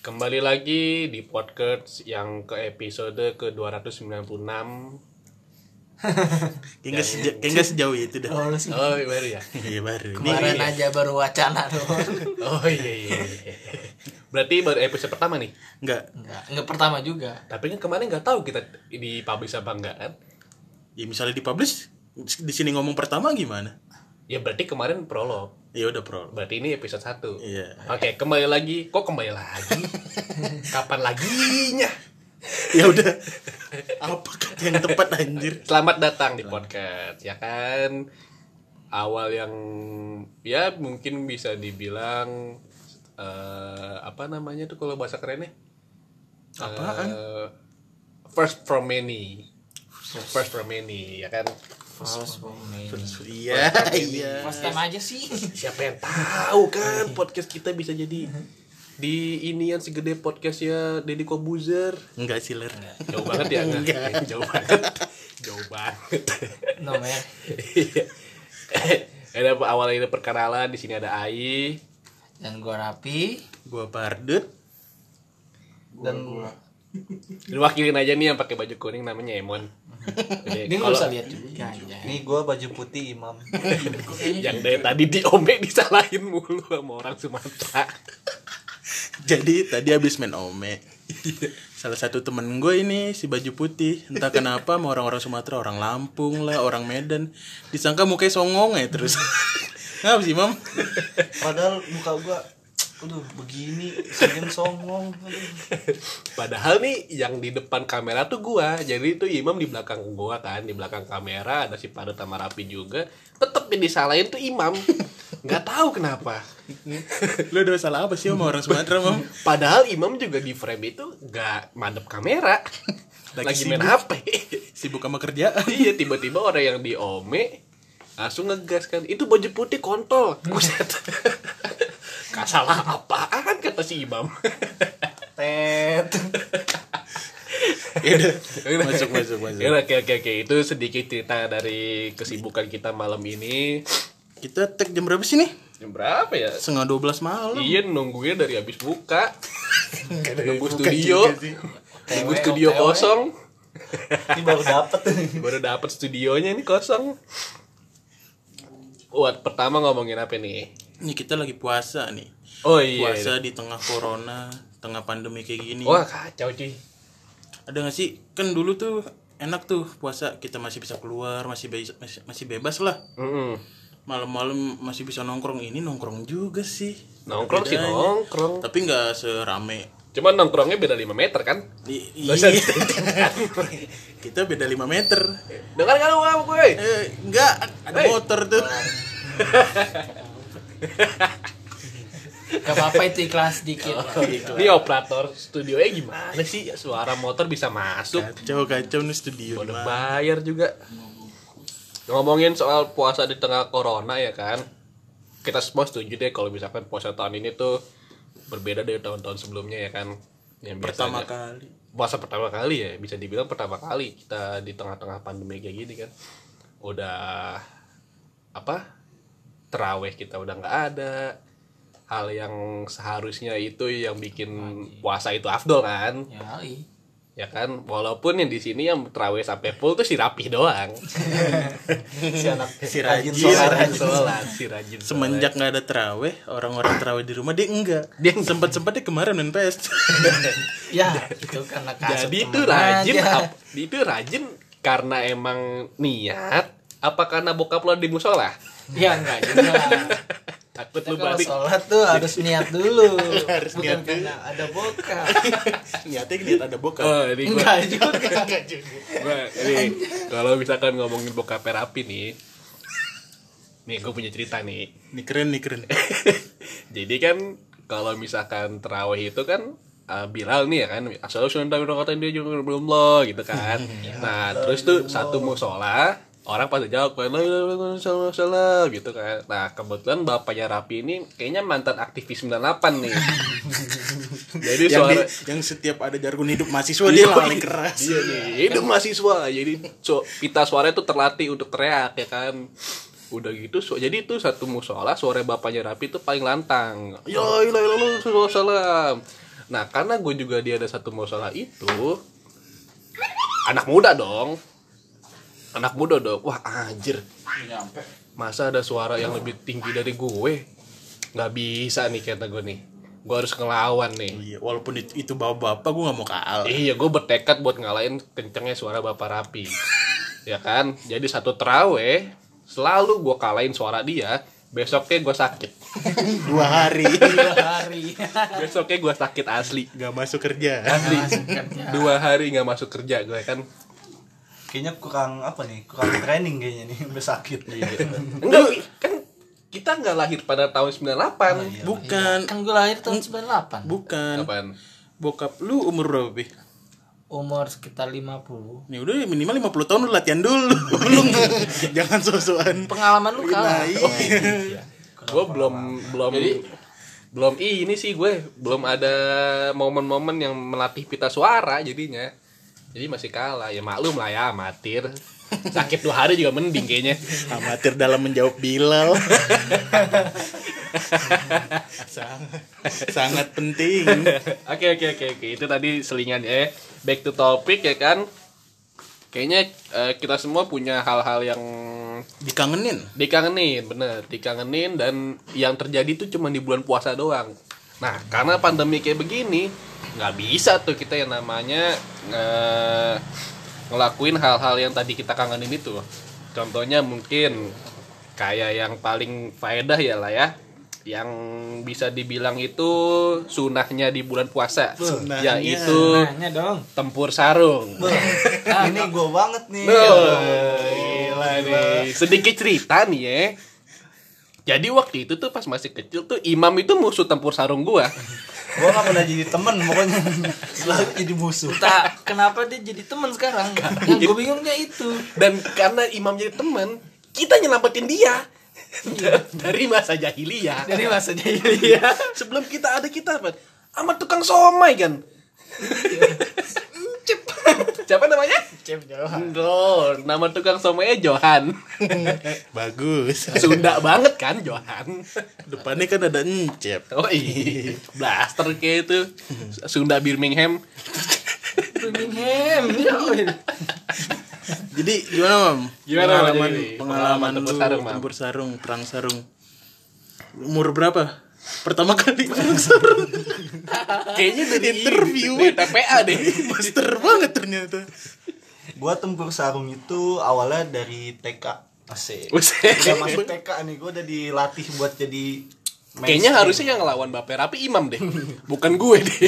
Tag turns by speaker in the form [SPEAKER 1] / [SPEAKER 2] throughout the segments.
[SPEAKER 1] Kembali lagi di podcast yang ke episode ke-296.
[SPEAKER 2] Kayaknya sejauh itu dah.
[SPEAKER 1] Oh, baru ya?
[SPEAKER 2] Iya baru.
[SPEAKER 3] Kemarin aja baru wacana doang.
[SPEAKER 1] Oh iya. Berarti baru episode pertama nih?
[SPEAKER 3] Enggak pertama juga.
[SPEAKER 1] Tapi kan kemarin nggak tahu kita di-publish apa enggak kan?
[SPEAKER 2] Ya misalnya dipublish di sini ngomong pertama gimana?
[SPEAKER 1] Ya berarti kemarin prolog.
[SPEAKER 2] Ya udah bro.
[SPEAKER 1] Berarti ini episode 1.
[SPEAKER 2] Iya.
[SPEAKER 1] Oke, kembali lagi. Kok kembali lagi? Kapan laginya?
[SPEAKER 2] Ya udah. Apa kata yang tepat anjir?
[SPEAKER 1] Selamat datang di podcast, ya kan? Awal yang ya mungkin bisa dibilang apa namanya tuh kalau bahasa kerennya?
[SPEAKER 2] Apaan?
[SPEAKER 1] First from many, ya kan?
[SPEAKER 2] Iya.
[SPEAKER 3] First time aja sih.
[SPEAKER 1] Siapa yang tahu kan podcast kita bisa jadi di inian segede podcastnya Deddy Kobuzer.
[SPEAKER 2] Enggak sih ler.
[SPEAKER 1] Jauh banget ya enggak? Jauh banget.
[SPEAKER 3] No man.
[SPEAKER 1] Ada awal ini perkenalan, di sini ada Ai
[SPEAKER 3] Dan gua Rapi.
[SPEAKER 2] Gua Pardut.
[SPEAKER 3] Dan
[SPEAKER 1] Lu wakilin aja nih yang pakai baju kuning namanya Emon. Jadi,
[SPEAKER 3] ini nggak
[SPEAKER 1] kalau
[SPEAKER 3] usah lihat juga.
[SPEAKER 4] Nih gue baju putih Imam.
[SPEAKER 1] yang dari tadi diome disalahin mulu sama orang Sumatera.
[SPEAKER 2] Jadi tadi habis main ome. Salah satu temen gue ini si baju putih. Entah kenapa sama orang-orang Sumatera, orang Lampung lah, orang Medan, disangka mukanya songong ya terus. Ngapa sih Mam?
[SPEAKER 4] Padahal muka gue aduh begini, senyum songong.
[SPEAKER 1] Padahal nih yang di depan kamera tuh gua. Jadi itu Imam di belakang gua kan, di belakang kamera ada si Padut sama Rapi juga. Tetep yang disalahin tuh Imam. Nggak tahu kenapa.
[SPEAKER 2] Lu udah salah apa sih sama orang Sumatera Mam?
[SPEAKER 1] Padahal Imam juga di frame itu nggak madep kamera. Lagi main HP.
[SPEAKER 2] Sibuk sama kerjaan.
[SPEAKER 1] Iya, tiba-tiba orang yang di ome langsung ngegas kan. Itu baju putih kontol. Buset. Gak salah apaan kata si Imam.
[SPEAKER 4] Tet.
[SPEAKER 2] Masuk.
[SPEAKER 1] Ya, oke. Itu sedikit cerita dari kesibukan kita malam ini.
[SPEAKER 2] Kita tag jam berapa sih nih?
[SPEAKER 1] Jam berapa ya?
[SPEAKER 2] 11:30 malam.
[SPEAKER 1] Iya, nunggunya dari habis buka. Nunggu
[SPEAKER 2] buka
[SPEAKER 1] studio.
[SPEAKER 2] juga sih.
[SPEAKER 1] Nunggu studio kosong.
[SPEAKER 4] Ini baru dapet.
[SPEAKER 1] Baru dapet studionya ini kosong. Buat pertama ngomongin apa nih?
[SPEAKER 2] Ini kita lagi puasa nih.
[SPEAKER 1] Oh iya.
[SPEAKER 2] Puasa di tengah corona, tengah pandemi kayak gini.
[SPEAKER 1] Wah, kacau cuy.
[SPEAKER 2] Ada gak sih? Kan dulu tuh enak tuh puasa, kita masih bisa keluar, masih bebas lah. Malam-malam masih bisa nongkrong. Ini nongkrong juga sih.
[SPEAKER 1] Nongkrong sih
[SPEAKER 2] Bedanya.
[SPEAKER 1] nongkrong.
[SPEAKER 2] Tapi gak serame.
[SPEAKER 1] Cuman nongkrongnya beda 5 meter kan?
[SPEAKER 2] Iya. Kita beda 5 meter.
[SPEAKER 1] Dengar kan lu sama gue?
[SPEAKER 2] Enggak, ada
[SPEAKER 1] Hey.
[SPEAKER 2] motor tuh.
[SPEAKER 3] Gak apa-apa itu ikhlas dikit.
[SPEAKER 1] Ini operator studionya gimana sih? Suara motor bisa masuk.
[SPEAKER 2] Kacau nih studio.
[SPEAKER 1] Udah
[SPEAKER 2] Bang.
[SPEAKER 1] bayar juga. Ngomongin soal puasa di tengah corona ya kan? Kita semua setuju deh kalau misalkan puasa tahun ini tuh berbeda dari tahun-tahun sebelumnya ya kan? Yang
[SPEAKER 2] Pertama
[SPEAKER 1] biasanya-
[SPEAKER 2] kali.
[SPEAKER 1] Puasa pertama kali ya, bisa dibilang pertama kali kita di tengah-tengah pandemi kayak gini kan. Udah apa? Terawih kita udah nggak ada. Hal yang seharusnya itu yang bikin puasa itu afdol kan? Ya kan, walaupun yang di sini yang terawih sampai full tuh si Rapih doang.
[SPEAKER 2] Si rajin
[SPEAKER 1] sholat.
[SPEAKER 2] Semenjak nggak ada terawih, orang-orang terawih di rumah dia enggak.
[SPEAKER 1] Dia
[SPEAKER 2] sempat kemarin main PS.
[SPEAKER 3] Ya, itu karena kasut
[SPEAKER 1] Jadi itu
[SPEAKER 3] temen
[SPEAKER 1] rajin,
[SPEAKER 3] aja.
[SPEAKER 1] itu rajin karena emang niat, apa karena bokap lo di musola?
[SPEAKER 3] Ya enggak juga.
[SPEAKER 1] Takut
[SPEAKER 3] Kita
[SPEAKER 1] lu
[SPEAKER 3] kalau
[SPEAKER 1] balik.
[SPEAKER 3] sholat tuh harus niat dulu.
[SPEAKER 2] Harus
[SPEAKER 3] Bukan
[SPEAKER 2] niat
[SPEAKER 3] karena ada bokap.
[SPEAKER 2] Niatnya niat ada bokap.
[SPEAKER 1] Oh, ini gua,
[SPEAKER 3] Enggak juga.
[SPEAKER 1] ini kalau misalkan ngomongin bokap Rapi nih gue punya cerita nih.
[SPEAKER 2] Nih keren.
[SPEAKER 1] Jadi kan kalau misalkan terawih itu kan Bilal nih ya kan, asal sudah ngatain dia juga belum lo gitu kan. Nah terus tuh satu musola orang pada jawab kan salah gitu kan. Nah kebetulan bapaknya Rapi ini kayaknya mantan aktivis 98 nih. Jadi suara
[SPEAKER 2] yang setiap ada jargon hidup mahasiswa dia paling keras.
[SPEAKER 1] Iya nih, hidup mahasiswa. Jadi pita suaranya tuh terlatih untuk teriak ya kan. Udah gitu, jadi itu satu musola suara bapaknya Rapi itu paling lantang. Ya ilah salam. Nah, karena gue juga dia ada satu masalah itu, anak muda dong. Wah anjir, masa ada suara yang lebih tinggi dari gue? Nggak bisa nih kata gue nih. Gue harus ngelawan nih.
[SPEAKER 2] Iya, walaupun itu bapak gue nggak mau kalah.
[SPEAKER 1] Iya, gue bertekad buat ngalahin kencengnya suara Bapak Rapi. Ya kan? Jadi satu terawih selalu gue kalahin suara dia. Besoknya gue sakit.
[SPEAKER 2] 2 hari
[SPEAKER 3] 2 hari.
[SPEAKER 1] Besoknya gue sakit asli.
[SPEAKER 2] nggak masuk kerja.
[SPEAKER 1] Asli. 2 hari nggak masuk kerja gue kan.
[SPEAKER 4] Kayaknya kurang apa nih? Kurang training kayaknya nih, udah sakit.
[SPEAKER 1] Enggak, kan kita nggak lahir pada tahun 98.
[SPEAKER 2] Bukan.
[SPEAKER 3] Kan gue lahir tahun 98.
[SPEAKER 2] Bukan.
[SPEAKER 1] Kapan?
[SPEAKER 2] Bokap lu umur berapa, Pi?
[SPEAKER 3] Umur sekitar 50.
[SPEAKER 2] Ya udah minimal 50 tahun lu latihan dulu. Lu jangan sosokan.
[SPEAKER 3] Pengalaman lu kalah.
[SPEAKER 2] Iya.
[SPEAKER 1] Gue belum ini sih gue belum ada momen-momen yang melatih pita suara jadinya. Jadi masih kalah. Ya maklum lah ya, amatir. Sakit 2 hari juga mending kayaknya.
[SPEAKER 2] Amatir dalam menjawab Bilal. sangat penting.
[SPEAKER 1] Oke. Itu tadi selingan ya. Back to topic ya kan. Kayaknya kita semua punya hal-hal yang dikangenin, bener, dikangenin dan yang terjadi tuh cuma di bulan puasa doang. Nah, karena pandemi kayak begini, nggak bisa tuh kita yang namanya ngelakuin hal-hal yang tadi kita kangenin itu. Contohnya mungkin kayak yang paling faedah ya lah ya, yang bisa dibilang itu sunahnya di bulan puasa,
[SPEAKER 2] Sunahnya.
[SPEAKER 1] yaitu
[SPEAKER 3] Nanya dong.
[SPEAKER 1] tempur sarung.
[SPEAKER 4] Ini gue banget nih.
[SPEAKER 1] Gila nih. Sedikit cerita nih ya. Jadi waktu itu tuh pas masih kecil tuh Imam itu musuh tempur sarung gua.
[SPEAKER 4] Gue gak pernah jadi temen pokoknya. Selalu jadi musuh.
[SPEAKER 3] Entah kenapa dia jadi teman sekarang. Yang gue bingungnya itu.
[SPEAKER 1] Dan karena Imam jadi teman, kita nyelamatin dia dari masa jahiliyah.
[SPEAKER 3] Dari masa jahiliyah.
[SPEAKER 1] Sebelum kita ada kita apa? Sama tukang somai kan. Siapa namanya?
[SPEAKER 3] Cep Johan.
[SPEAKER 1] Bro, nama tukang somainya Johan.
[SPEAKER 2] Bagus.
[SPEAKER 1] Sunda banget kan Johan.
[SPEAKER 2] Depannya kan ada encep.
[SPEAKER 1] Oh iya, blaster kayak itu. Sunda Birmingham.
[SPEAKER 3] Birmingham.
[SPEAKER 2] Jadi gimana, Mam?
[SPEAKER 1] Gimana,
[SPEAKER 2] pengalaman
[SPEAKER 1] jadi?
[SPEAKER 2] pengalaman
[SPEAKER 1] Tempur
[SPEAKER 2] lu
[SPEAKER 1] sarung, Mam?
[SPEAKER 2] tempur sarung, perang sarung. Umur berapa? Pertama kali perang sarung.
[SPEAKER 1] Kayaknya dari
[SPEAKER 2] Interview.
[SPEAKER 1] dari TPA deh.
[SPEAKER 2] Master banget ternyata.
[SPEAKER 4] Gue tempur sarung itu awalnya dari TK. Asik.
[SPEAKER 1] Buset.
[SPEAKER 4] Udah masuk TK nih, gue udah dilatih buat jadi
[SPEAKER 1] Kayaknya harusnya yang ngelawan Bapak Rapi Imam deh. Bukan gue deh.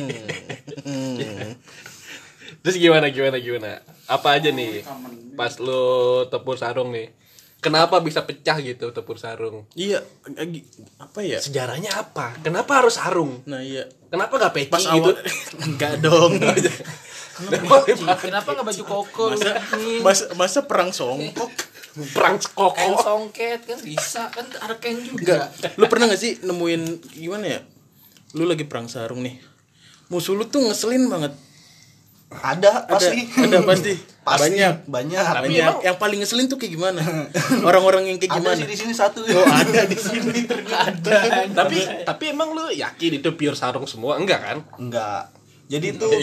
[SPEAKER 1] Terus gimana? Apa aja nih pas lu tempur sarung nih? Kenapa bisa pecah gitu tempur sarung?
[SPEAKER 2] Iya, apa ya?
[SPEAKER 1] Sejarahnya apa? Kenapa harus sarung?
[SPEAKER 2] Nah, iya.
[SPEAKER 1] Kenapa gak peci
[SPEAKER 2] Pas
[SPEAKER 1] gitu?
[SPEAKER 2] awal enggak dong.
[SPEAKER 3] Kenapa nggak baju koko?
[SPEAKER 2] Masa perang songkok?
[SPEAKER 1] Perang
[SPEAKER 3] Kain
[SPEAKER 1] koko.
[SPEAKER 3] songket kan bisa kan ada kain juga.
[SPEAKER 2] Enggak. Lu pernah gak sih nemuin gimana ya? Lu lagi perang sarung nih. Musuh lu tuh ngeselin banget.
[SPEAKER 4] Ada pasti.
[SPEAKER 2] Ada pasti.
[SPEAKER 4] Pasti.
[SPEAKER 2] Banyak.
[SPEAKER 1] Tapi
[SPEAKER 2] Banyak.
[SPEAKER 1] emang-
[SPEAKER 2] Yang paling ngeselin tuh kayak gimana? Orang-orang yang kayak
[SPEAKER 4] Ada
[SPEAKER 2] gimana?
[SPEAKER 4] sih di sini satu.
[SPEAKER 2] Oh, ada di sini ternyata.
[SPEAKER 1] Tapi emang lu yakin itu pure sarung semua? Enggak kan?
[SPEAKER 4] Enggak. Jadi itu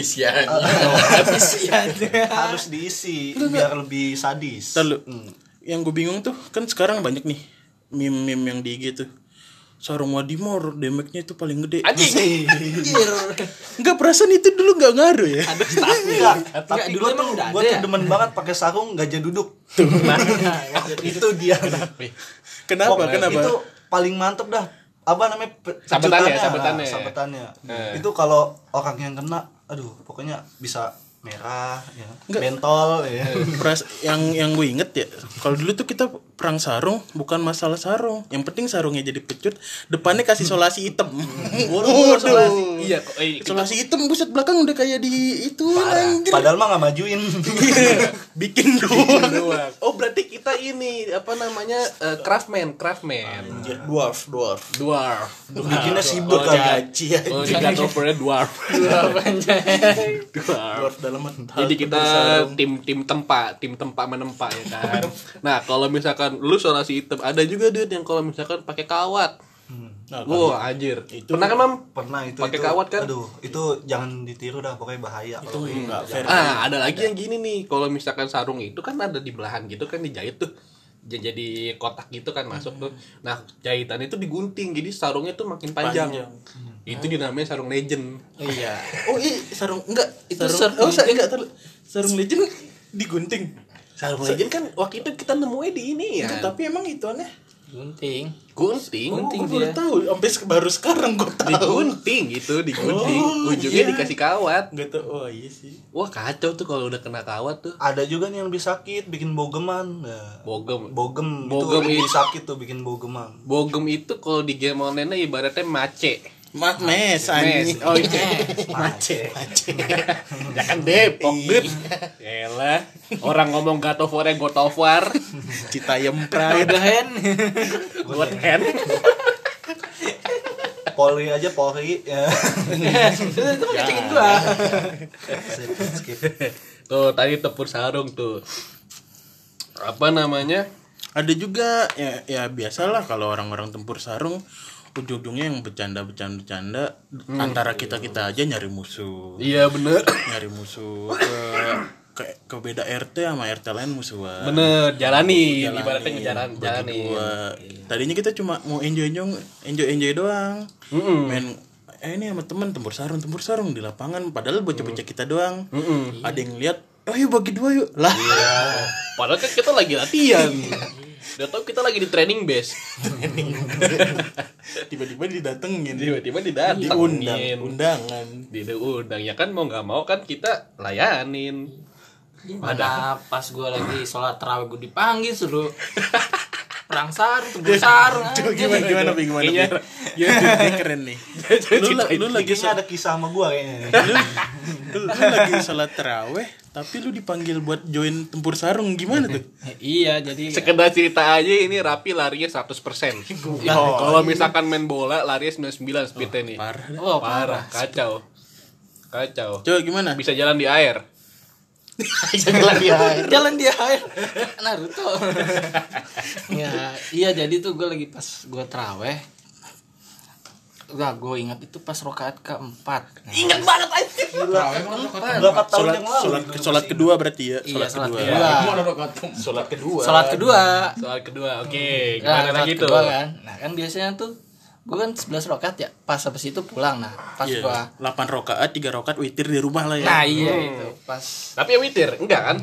[SPEAKER 4] harus diisi biar lebih sadis.
[SPEAKER 2] Ntar lu, yang gue bingung tuh kan sekarang banyak nih meme-meme yang di IG tuh. Sarung Wadimor damage-nya itu paling gede.
[SPEAKER 1] Anjing.
[SPEAKER 2] Enggak, perasaan itu dulu enggak ngaruh ya.
[SPEAKER 1] Ada statnya.
[SPEAKER 4] Enggak,
[SPEAKER 3] Enggak,
[SPEAKER 4] tapi
[SPEAKER 3] dulu
[SPEAKER 4] gue
[SPEAKER 3] emang
[SPEAKER 4] tuh
[SPEAKER 3] udah
[SPEAKER 4] gue
[SPEAKER 3] ada
[SPEAKER 4] tuh
[SPEAKER 3] ya?
[SPEAKER 4] demen banget pakai sarung gajah duduk. Itu dia.
[SPEAKER 2] Kenapa?
[SPEAKER 4] Pokoknya
[SPEAKER 2] Kenapa?
[SPEAKER 4] Itu paling mantep dah. Apa namanya?
[SPEAKER 1] Sabetannya,
[SPEAKER 4] pecutannya.
[SPEAKER 1] sabetannya.
[SPEAKER 4] Sabetannya. Itu kalau orang yang kena, aduh, pokoknya bisa merah, ya,
[SPEAKER 2] Enggak.
[SPEAKER 4] bentol, ya.
[SPEAKER 2] yang gue inget ya, kalau dulu tuh kita perang sarung bukan masalah sarung, yang penting sarungnya jadi pecut, depannya kasih solasi hitam. Waduh,
[SPEAKER 1] Iya kok.
[SPEAKER 2] solasi hitam, buset, belakang udah kayak di itu anjir.
[SPEAKER 4] Padahal mah nggak majuin.
[SPEAKER 2] Bikin doang.
[SPEAKER 1] doang. Oh, berarti kita ini apa namanya? Craftman.
[SPEAKER 4] Dwarf.
[SPEAKER 1] Dwarf.
[SPEAKER 4] Bikinnya sibuk kan.
[SPEAKER 2] Gaji ya.
[SPEAKER 1] Oh, di God of War dwarf.
[SPEAKER 2] Dwarf dalam
[SPEAKER 1] Jadi kita tim tempa menempa ya kan. Nah, kalau misalkan lu solasi hitam, ada juga dude yang kalau misalkan pakai kawat.
[SPEAKER 2] Nah,
[SPEAKER 1] Wah, anjir.
[SPEAKER 2] Itu-
[SPEAKER 1] Pernah kan, Mam?
[SPEAKER 4] Pernah itu.
[SPEAKER 1] Pakai
[SPEAKER 4] itu-
[SPEAKER 1] kawat kan?
[SPEAKER 4] Aduh, itu jangan ditiru dah, pokoknya bahaya.
[SPEAKER 2] itu enggak fair.
[SPEAKER 1] Ada lagi yang gini nih. Kalau misalkan sarung itu kan ada di belahan gitu kan dijahit tuh. Jadi kotak gitu kan masuk tuh. Nah, jahitan itu digunting. Jadi sarungnya tuh makin panjang. Itu dinamain sarung legend.
[SPEAKER 3] Iya.
[SPEAKER 2] Oh iya, sarung enggak
[SPEAKER 3] Itu
[SPEAKER 2] sarung.
[SPEAKER 3] sarung
[SPEAKER 2] Enggak sarung legend digunting.
[SPEAKER 1] Sarung legend kan waktu itu kita nemuin di ini ya.
[SPEAKER 2] Tapi emang itu aneh.
[SPEAKER 3] Gunting.
[SPEAKER 1] Gunting.
[SPEAKER 3] Gunting.
[SPEAKER 2] Gue baru
[SPEAKER 3] dia.
[SPEAKER 2] tahu, baru sekarang gue tahu.
[SPEAKER 1] Digunting gitu, digunting. Ujungnya
[SPEAKER 2] iya.
[SPEAKER 1] dikasih kawat.
[SPEAKER 2] Enggak tahu. Oh iya sih.
[SPEAKER 1] Wah, kacau tuh kalau udah kena kawat tuh.
[SPEAKER 4] Ada juga nih yang lebih sakit, bikin bogeman. Nah,
[SPEAKER 1] Bogem.
[SPEAKER 4] bogem
[SPEAKER 1] Bogem
[SPEAKER 4] itu lebih
[SPEAKER 1] itu-
[SPEAKER 4] sakit tuh, bikin bogeman.
[SPEAKER 1] Bogem itu kalau di game online ibaratnya mace.
[SPEAKER 2] Mes anjing.
[SPEAKER 1] Oh iya.
[SPEAKER 2] Mace.
[SPEAKER 1] Ya kan Depok, Dut. Elah. Orang ngomong God of War-nya God of War.
[SPEAKER 2] Citayam Pride.
[SPEAKER 3] Udah hen.
[SPEAKER 1] God hand.
[SPEAKER 4] Polri aja Polri ya.
[SPEAKER 3] Itu ngecekin gua.
[SPEAKER 4] Skip.
[SPEAKER 1] Tuh, tadi tepur sarung tuh. Apa namanya?
[SPEAKER 2] Ada juga ya biasalah kalau orang-orang tempur sarung ujung-ujungnya yang bercanda antara kita aja nyari musuh.
[SPEAKER 1] Iya bener.
[SPEAKER 2] Nyari musuh ke beda RT sama RT lain musuhan.
[SPEAKER 1] Bener, jalani.
[SPEAKER 2] Jalanin,
[SPEAKER 1] Ibaratnya ngejalan
[SPEAKER 2] bagi
[SPEAKER 1] jalanin.
[SPEAKER 2] dua. Tadinya kita cuma mau enjoy doang. Main ini sama temen tempur sarung di lapangan, padahal bocah-bocah kita doang. Ada yang lihat, oh yuk bagi dua yuk lah.
[SPEAKER 1] Padahal kan kita lagi latihan. Udah tau kita lagi di training base.
[SPEAKER 2] Tiba-tiba didatengin,
[SPEAKER 1] Tiba-tiba didatengin.
[SPEAKER 2] undangan.
[SPEAKER 1] Diundang ya kan mau nggak mau kan kita layanin.
[SPEAKER 3] Mana pas gua lagi sholat tarawih gua dipanggil suruh perang sarung, tebus sarung.
[SPEAKER 2] Coba
[SPEAKER 3] anjing.
[SPEAKER 2] gimana Pi?
[SPEAKER 1] Iya.
[SPEAKER 2] Dia keren nih. Lu lagi
[SPEAKER 4] Kayaknya ada kisah sama gua kayaknya.
[SPEAKER 2] lu lagi sholat taraweh tapi lu dipanggil buat join tempur sarung gimana tuh?
[SPEAKER 3] Iya, jadi
[SPEAKER 1] Sekedar cerita aja ini Rapi larinya 100%. Kalau misalkan main bola larinya 99 speednya nih.
[SPEAKER 2] Parah.
[SPEAKER 3] oh,
[SPEAKER 1] Parah, kacau.
[SPEAKER 2] Coba gimana?
[SPEAKER 1] Bisa jalan di air.
[SPEAKER 3] jalan dia air Naruto. Ya, iya jadi tuh gue lagi pas gue traweh. Gue ingat itu pas rokaat keempat.
[SPEAKER 1] Ingat banget aja.
[SPEAKER 4] Berapa tahun yang lalu?
[SPEAKER 2] Sholat kedua berarti ya?
[SPEAKER 3] Iya, sholat kedua.
[SPEAKER 1] Sholat kedua.
[SPEAKER 3] Sholat kedua.
[SPEAKER 1] Sholat kedua. Oke,
[SPEAKER 3] Nah,
[SPEAKER 1] gimana
[SPEAKER 3] sholat
[SPEAKER 1] lagi tuh?
[SPEAKER 3] kedua kan. Nah, kan biasanya tuh gue kan 11 rokaat ya. Pas habis itu pulang. Nah, pas
[SPEAKER 2] Iya.
[SPEAKER 3] gue
[SPEAKER 2] 8 rakaat, 3 rakaat witir di rumah lah ya.
[SPEAKER 3] Nah, iya itu. Pas
[SPEAKER 1] Tapi ya witir, enggak kan?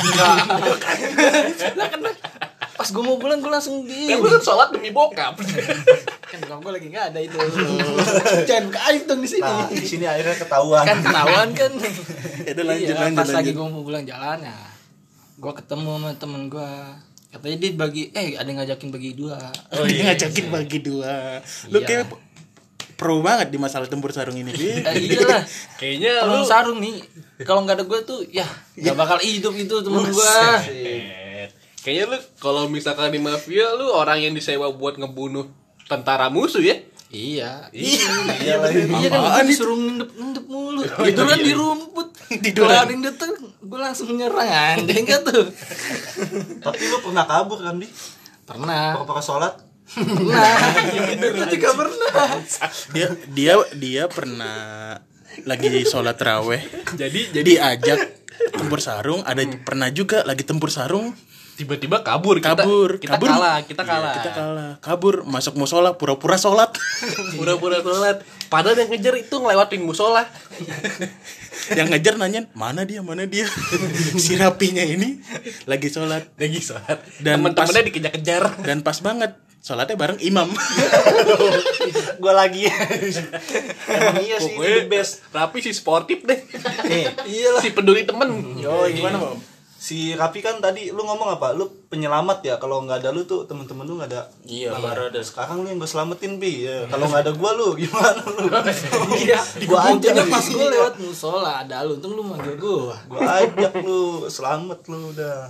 [SPEAKER 3] pas gue mau pulang gue langsung
[SPEAKER 1] Kan lu kan sholat demi bokap.
[SPEAKER 3] kan bokap gue lagi nggak ada itu. Jangan kaif dong di sini.
[SPEAKER 4] Nah, di sini akhirnya ketahuan.
[SPEAKER 3] Kan ketahuan kan.
[SPEAKER 2] Ya udah lanjut,
[SPEAKER 3] Iya,
[SPEAKER 2] lanjut,
[SPEAKER 3] pas lagi
[SPEAKER 2] lanjut.
[SPEAKER 3] gue mau pulang jalan ya gue ketemu sama temen gue, katanya dia bagi ada yang ngajakin bagi dua.
[SPEAKER 2] Oh iya, ngajakin bagi dua. Lu
[SPEAKER 3] Iya.
[SPEAKER 2] kayak pro banget di masalah tempur sarung ini.
[SPEAKER 3] Iyalah
[SPEAKER 1] Kayaknya
[SPEAKER 3] temen
[SPEAKER 1] lu
[SPEAKER 3] sarung nih kalau nggak ada gue tuh ya nggak bakal hidup itu temen gue.
[SPEAKER 1] Kayaknya lu kalau misalkan di mafia lu orang yang disewa buat ngebunuh tentara musuh ya?
[SPEAKER 3] Iya
[SPEAKER 4] Iya lah.
[SPEAKER 3] iya kan gue disuruh ngendep mulu tiduran di rumput. Kalau ada yang dateng gue langsung nyerang anjing kan tuh.
[SPEAKER 4] Tapi lu pernah kabur kan, Bi?
[SPEAKER 3] Pernah
[SPEAKER 4] Pernah sholat?
[SPEAKER 3] itu juga pernah.
[SPEAKER 2] Dia pernah lagi sholat taraweh.
[SPEAKER 1] Jadi
[SPEAKER 2] Diajak tempur sarung, ada pernah juga lagi tempur sarung
[SPEAKER 1] tiba-tiba kabur. Kita
[SPEAKER 2] kabur.
[SPEAKER 1] kalah.
[SPEAKER 2] Iya, kita kalah. Kabur masuk musola pura-pura sholat.
[SPEAKER 1] Pura-pura sholat. Padahal yang ngejar itu ngelewatin musola.
[SPEAKER 2] Yang ngejar nanyain mana dia si rapinya ini lagi sholat
[SPEAKER 1] Dan
[SPEAKER 2] Dan
[SPEAKER 1] temen-temennya dikejar-kejar.
[SPEAKER 2] dan pas banget sholatnya bareng imam.
[SPEAKER 4] Gua lagi. Emang iya sih,
[SPEAKER 1] Pokoknya
[SPEAKER 4] the best.
[SPEAKER 1] Rapi si sportif deh.
[SPEAKER 4] Iyalah.
[SPEAKER 1] Si peduli temen.
[SPEAKER 4] Yo, gimana, Bang? Si Rapi kan tadi lu ngomong apa? Lu penyelamat ya. Kalau nggak ada lu tuh temen-temen lu nggak ada.
[SPEAKER 2] Iya,
[SPEAKER 4] parah. Dan sekarang lu yang gue selamatin, Bi. Ya. Kalau nggak ada gua lu gimana lu?
[SPEAKER 3] Iya,
[SPEAKER 4] Gua ajak
[SPEAKER 3] untungnya pas gue lewat musola ada lu, untung lu manggil gue.
[SPEAKER 4] Gua ajak lu, selamat lu udah.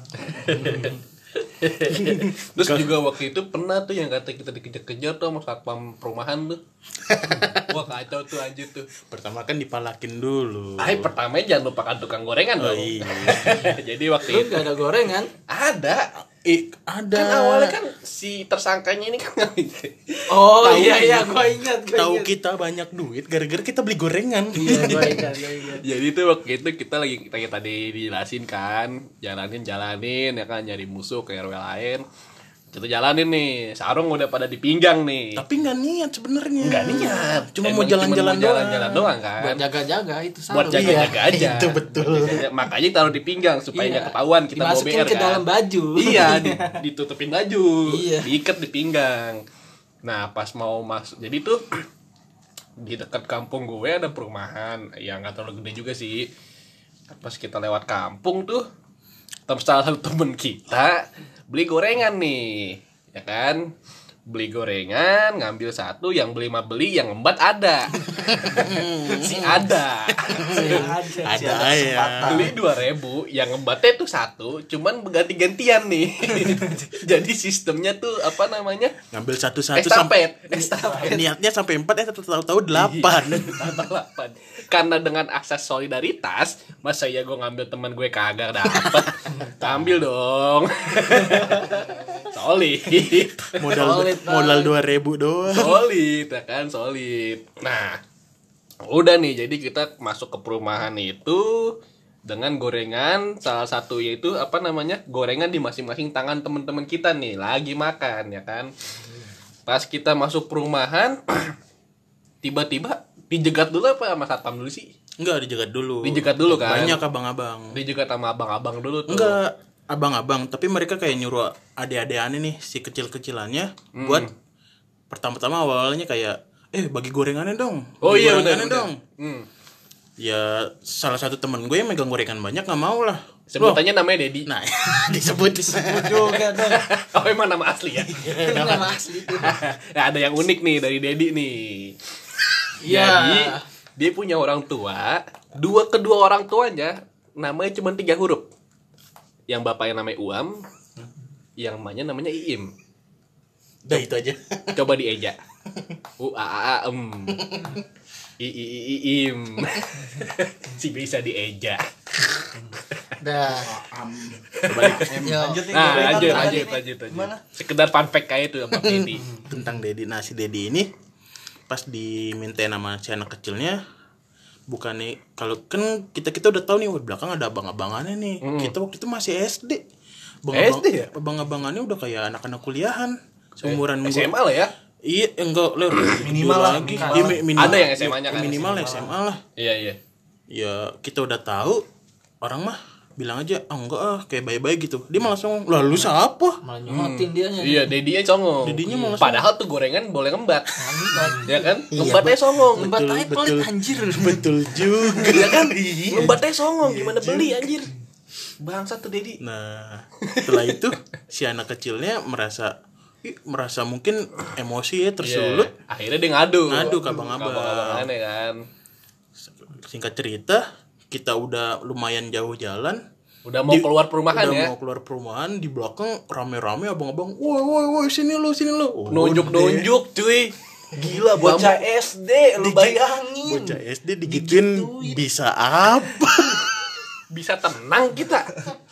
[SPEAKER 1] Terus juga waktu itu pernah tuh yang kata kita dikejar-kejar tuh sama satpam perumahan tuh. Wah kacau tuh anjir tuh.
[SPEAKER 2] Pertama kan dipalakin dulu.
[SPEAKER 1] Pertamanya jangan lupakan tukang gorengan
[SPEAKER 2] Oh
[SPEAKER 1] dong.
[SPEAKER 2] iya.
[SPEAKER 1] Jadi waktu
[SPEAKER 3] Lu
[SPEAKER 1] itu
[SPEAKER 3] gak ada gorengan?
[SPEAKER 1] ada.
[SPEAKER 2] Ada.
[SPEAKER 1] Kan awalnya kan si tersangkanya ini kan
[SPEAKER 3] Oh
[SPEAKER 2] Tahu
[SPEAKER 3] iya gua ingat.
[SPEAKER 2] Tahu kita banyak duit gara-gara kita beli gorengan.
[SPEAKER 3] Iya gua ingat.
[SPEAKER 1] jadi tuh waktu itu kita lagi tadi dijelasin kan, jalanin ya kan, nyari musuh ke RW lain. Kita jalanin nih, sarung udah pada dipinggang nih.
[SPEAKER 2] Tapi nggak niat sebenarnya.
[SPEAKER 1] Nggak niat,
[SPEAKER 2] Cuma
[SPEAKER 1] emang
[SPEAKER 2] mau jalan-jalan doang.
[SPEAKER 1] jalan-jalan doang kan.
[SPEAKER 3] Buat jaga-jaga itu
[SPEAKER 1] Buat
[SPEAKER 3] sarung.
[SPEAKER 1] jaga-jaga aja.
[SPEAKER 2] Itu betul.
[SPEAKER 1] Makanya taruh di pinggang supaya
[SPEAKER 3] Iya.
[SPEAKER 1] nggak ketahuan kita bawa
[SPEAKER 3] Dimasukin
[SPEAKER 1] BR
[SPEAKER 3] ke
[SPEAKER 1] kan.
[SPEAKER 3] dalam baju.
[SPEAKER 1] Iya, ditutupin baju,
[SPEAKER 3] Iya.
[SPEAKER 1] diikat di pinggang. Nah, pas mau masuk, jadi tuh di dekat kampung gue ada perumahan yang nggak terlalu gede juga sih. Pas kita lewat kampung tuh, salah satu temen kita beli gorengan nih, ya kan? Beli gorengan, ngambil satu, yang beli mah beli, yang ngembat ada. Si ada.
[SPEAKER 2] Ada ya.
[SPEAKER 1] Beli 2.000, yang ngembatnya tuh satu, cuman ganti-gantian nih. Jadi sistemnya tuh apa namanya?
[SPEAKER 2] Ngambil satu-satu sampai
[SPEAKER 1] Estafet.
[SPEAKER 2] niatnya sampai 4 tahu-tahu 8.
[SPEAKER 1] Tambah 8. Karena dengan asas solidaritas, masa ya gue ngambil teman gue kagak dapet. Ambil dong. Solid.
[SPEAKER 2] Modal 2.000 doang.
[SPEAKER 1] Solid, ya kan, solid. Nah, udah nih, jadi kita masuk ke perumahan itu dengan gorengan, salah satu yaitu apa namanya, gorengan di masing-masing tangan teman-teman kita nih, lagi makan, ya kan. Pas kita masuk perumahan, tiba-tiba dijegat dulu apa sama satpam dulu sih?
[SPEAKER 2] Enggak, dijegat dulu.
[SPEAKER 1] Dijegat dulu kan?
[SPEAKER 2] Banyak abang-abang.
[SPEAKER 1] Dijegat sama abang-abang dulu tuh.
[SPEAKER 2] Enggak, abang-abang, tapi mereka kayak nyuruh adik-adikannya nih, si kecil-kecilannya buat pertama-tama awalnya kayak bagi gorengannya dong.
[SPEAKER 1] Oh
[SPEAKER 2] Bagi
[SPEAKER 1] iya,
[SPEAKER 2] gorengannya
[SPEAKER 1] udah.
[SPEAKER 2] dong. Ya salah satu temen gue yang megang gorengan banyak nggak mau lah.
[SPEAKER 1] Sebutannya namanya Dedi.
[SPEAKER 2] Nah, disebut
[SPEAKER 3] juga dong.
[SPEAKER 1] Oh, emang nama asli ya?
[SPEAKER 3] Nama asli itu.
[SPEAKER 1] Nah, ada yang unik nih dari Dedi nih.
[SPEAKER 3] Iya.
[SPEAKER 1] Jadi dia punya orang tua, kedua orang tuanya namanya cuma 3 huruf. Yang bapaknya namanya Uam, yang emaknya namanya Iim.
[SPEAKER 2] Udah itu aja.
[SPEAKER 1] Coba dieja. Iim. Si bisa dieja.
[SPEAKER 3] Dah.
[SPEAKER 2] Balik ke
[SPEAKER 4] Lanjut nih,
[SPEAKER 1] Nah,
[SPEAKER 4] gorengan
[SPEAKER 1] lanjut.
[SPEAKER 4] tadi. Gimana?
[SPEAKER 1] Sekedar fun fact kayak itu sama Dedi.
[SPEAKER 2] tentang Dedi. Nah, si Dedi ini pas diminta nama si anak kecilnya, bukan nih, kalau kan kita udah tahu nih di belakang ada abang-abangannya nih. Kita waktu itu masih SD.
[SPEAKER 1] SD ya?
[SPEAKER 2] Abang-abangannya udah kayak anak-anak kuliahan. Seumuran gua.
[SPEAKER 1] SMA lah ya?
[SPEAKER 2] Iya, enggak lah.
[SPEAKER 4] Minimal lah.
[SPEAKER 2] Lagi. Iya,
[SPEAKER 1] Ada yang SMA-nya kan?
[SPEAKER 2] Minimal SMA lah.
[SPEAKER 1] Iya.
[SPEAKER 2] Ya, kita udah tahu, orang mah bilang aja, enggak kayak baik-baik gitu. Dia malah langsung, "Lah lu siapa?"
[SPEAKER 3] Malah nyomotin dianya.
[SPEAKER 1] Iya, Dedinya songong.
[SPEAKER 2] Dedinya malah
[SPEAKER 1] Padahal tuh gorengan boleh ngembat. Ya kan? Ngembatnya songong.
[SPEAKER 3] Ngembat aja pelit anjir.
[SPEAKER 2] Betul juga.
[SPEAKER 1] Ya kan? Ngembatnya songong, gimana beli anjir? Bangsa tuh Dedi.
[SPEAKER 2] Nah, setelah itu si anak kecilnya merasa mungkin emosi ya, tersulut.
[SPEAKER 1] Iya. Akhirnya dia ngadu
[SPEAKER 2] Ke abang-abang.
[SPEAKER 1] Abang-abangannya kan.
[SPEAKER 2] Singkat cerita, kita udah lumayan jauh jalan.
[SPEAKER 1] Udah mau keluar perumahan
[SPEAKER 2] udah
[SPEAKER 1] ya.
[SPEAKER 2] mau keluar perumahan, di belakang rame-rame abang-abang, woi sini lu. Oh,
[SPEAKER 1] Nunjuk-nunjuk cuy.
[SPEAKER 4] Gila, bocah SD, lu bayangin.
[SPEAKER 2] bocah SD digituin bisa apa?
[SPEAKER 1] Bisa tenang kita.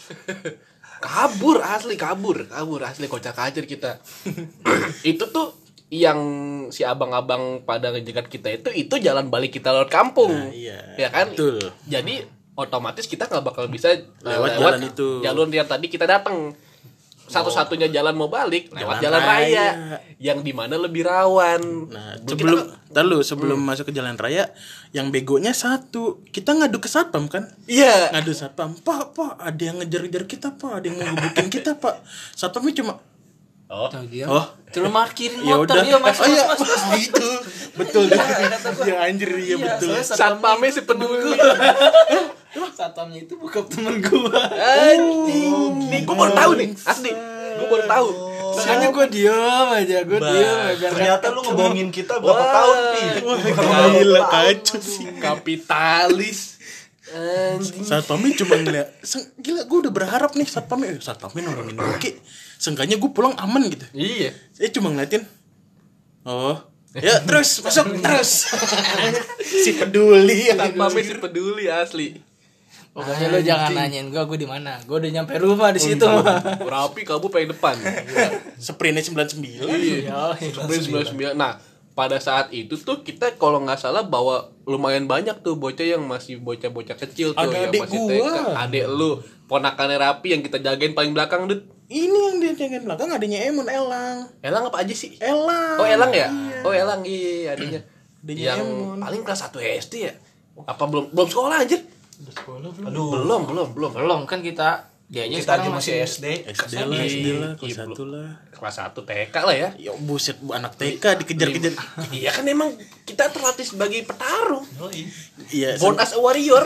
[SPEAKER 1] kabur asli kocak ajar kita. Itu tuh yang si abang-abang pada ngejegat kita itu jalan balik kita lewat kampung.
[SPEAKER 2] Nah, iya.
[SPEAKER 1] Ya kan?
[SPEAKER 2] Betul.
[SPEAKER 1] Jadi otomatis kita nggak bakal bisa
[SPEAKER 2] Lewat jalan itu.
[SPEAKER 1] Jalur yang tadi kita datang. Satu-satunya jalan mau balik lewat
[SPEAKER 2] Jalan
[SPEAKER 1] jalan raya
[SPEAKER 2] raya.
[SPEAKER 1] yang dimana lebih rawan.
[SPEAKER 2] Nah,
[SPEAKER 1] Kita-
[SPEAKER 2] sebelum masuk ke jalan raya, yang begonya satu, kita ngadu ke satpam kan?
[SPEAKER 1] Iya.
[SPEAKER 2] Ngadu satpam, Pak, ada yang ngejar-ngejar kita, Pak, ada yang mau ngebukin kita, Pak. Satpamnya cuma,
[SPEAKER 3] Tahu dia.
[SPEAKER 2] oh,
[SPEAKER 3] Terus parkirin
[SPEAKER 2] ya
[SPEAKER 3] motor
[SPEAKER 2] udah.
[SPEAKER 3] dia mas.
[SPEAKER 2] Itu betul. Ya anjir, iya betul.
[SPEAKER 1] Satpamnya si peduli.
[SPEAKER 3] Satpamnya itu bukan temen gua.
[SPEAKER 1] Anjing. Nih gue baru tahu nih, asli. Gue baru tahu.
[SPEAKER 3] Makanya gua diam aja, gua diam aja.
[SPEAKER 4] Ternyata lu ngebohongin kita berapa tahun, Pi?
[SPEAKER 2] Gila, kacau sih.
[SPEAKER 1] Kapitalis. Anjing.
[SPEAKER 2] Satpamnya cuma ngeliat, gila, gue udah berharap nih satpamnya nolongin gue. Seenggaknya gue pulang aman gitu.
[SPEAKER 1] Iya.
[SPEAKER 2] Saya cuma ngeliatin, oh, ya terus masuk terus. Si peduli.
[SPEAKER 1] Satpamnya si peduli asli.
[SPEAKER 3] Pokoknya lu jangan nanyain gue di mana. Gue udah nyampe rumah di situ.
[SPEAKER 1] Rapi kamu paling depan.
[SPEAKER 2] Sprintnya 99.
[SPEAKER 3] Iya.
[SPEAKER 1] Sprint 99. Nah, pada saat itu tuh kita kalau nggak salah bawa lumayan banyak tuh bocah yang masih bocah-bocah kecil tuh
[SPEAKER 2] Ada
[SPEAKER 1] yang
[SPEAKER 2] adek
[SPEAKER 1] masih
[SPEAKER 2] gua.
[SPEAKER 1] TK. Adek lu, ponakannya Rapi yang kita jagain paling belakang, Dut.
[SPEAKER 2] Ini yang dia jangan belakang adanya Emon Elang.
[SPEAKER 1] Elang apa aja sih?
[SPEAKER 2] Elang.
[SPEAKER 1] Oh, Elang ya?
[SPEAKER 2] Iya.
[SPEAKER 1] Oh, Elang iya adanya.
[SPEAKER 2] Adanya
[SPEAKER 1] Yang
[SPEAKER 2] Emon.
[SPEAKER 1] paling kelas 1 SD ya? Apa belum sekolah anjir?
[SPEAKER 4] Aduh.
[SPEAKER 3] Belum kan kita dia aja
[SPEAKER 4] Kita aja
[SPEAKER 3] sekarang
[SPEAKER 4] masih SD.
[SPEAKER 2] SD lah, SD lah, kelas
[SPEAKER 1] Iya,
[SPEAKER 2] 1 lah.
[SPEAKER 1] Kelas 1 TK lah ya.
[SPEAKER 2] Ya buset, anak TK dikejar-kejar.
[SPEAKER 1] Iya kan emang kita terlatih sebagai petarung.
[SPEAKER 2] Iya,
[SPEAKER 1] Born as a warrior.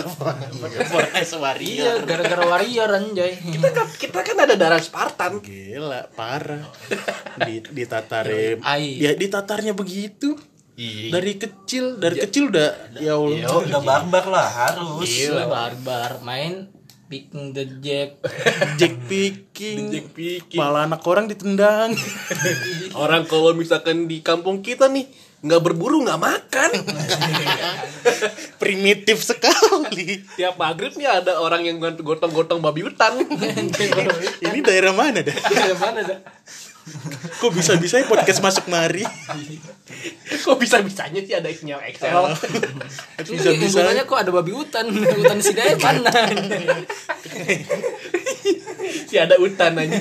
[SPEAKER 3] Iya, gara-gara warrior anjay.
[SPEAKER 1] Kita kan ada darah Spartan.
[SPEAKER 2] gila, parah. Ditatarin.
[SPEAKER 3] Ai.
[SPEAKER 2] Ya ditatarnya begitu.
[SPEAKER 1] Iya.
[SPEAKER 2] Dari kecil udah ya Allah.
[SPEAKER 4] Udah barbar lah, harus.
[SPEAKER 3] Gila barbar main picking the jack.
[SPEAKER 2] Jack picking.
[SPEAKER 1] Jack picking.
[SPEAKER 2] Malah anak orang ditendang.
[SPEAKER 1] Orang kalau misalkan di kampung kita nih nggak berburu nggak makan.
[SPEAKER 2] Primitif sekali.
[SPEAKER 1] Tiap maghrib nih ada orang yang gotong-gotong babi hutan.
[SPEAKER 2] Ini daerah mana dah?
[SPEAKER 3] Mana dah?
[SPEAKER 2] Kok bisa-bisanya podcast masuk mari?
[SPEAKER 1] Kok bisa-bisanya sih ada isinya Excel.
[SPEAKER 3] Bisa-bisanya kok ada babi hutan. Hutan si Daya mana?
[SPEAKER 1] Si ada hutan aja.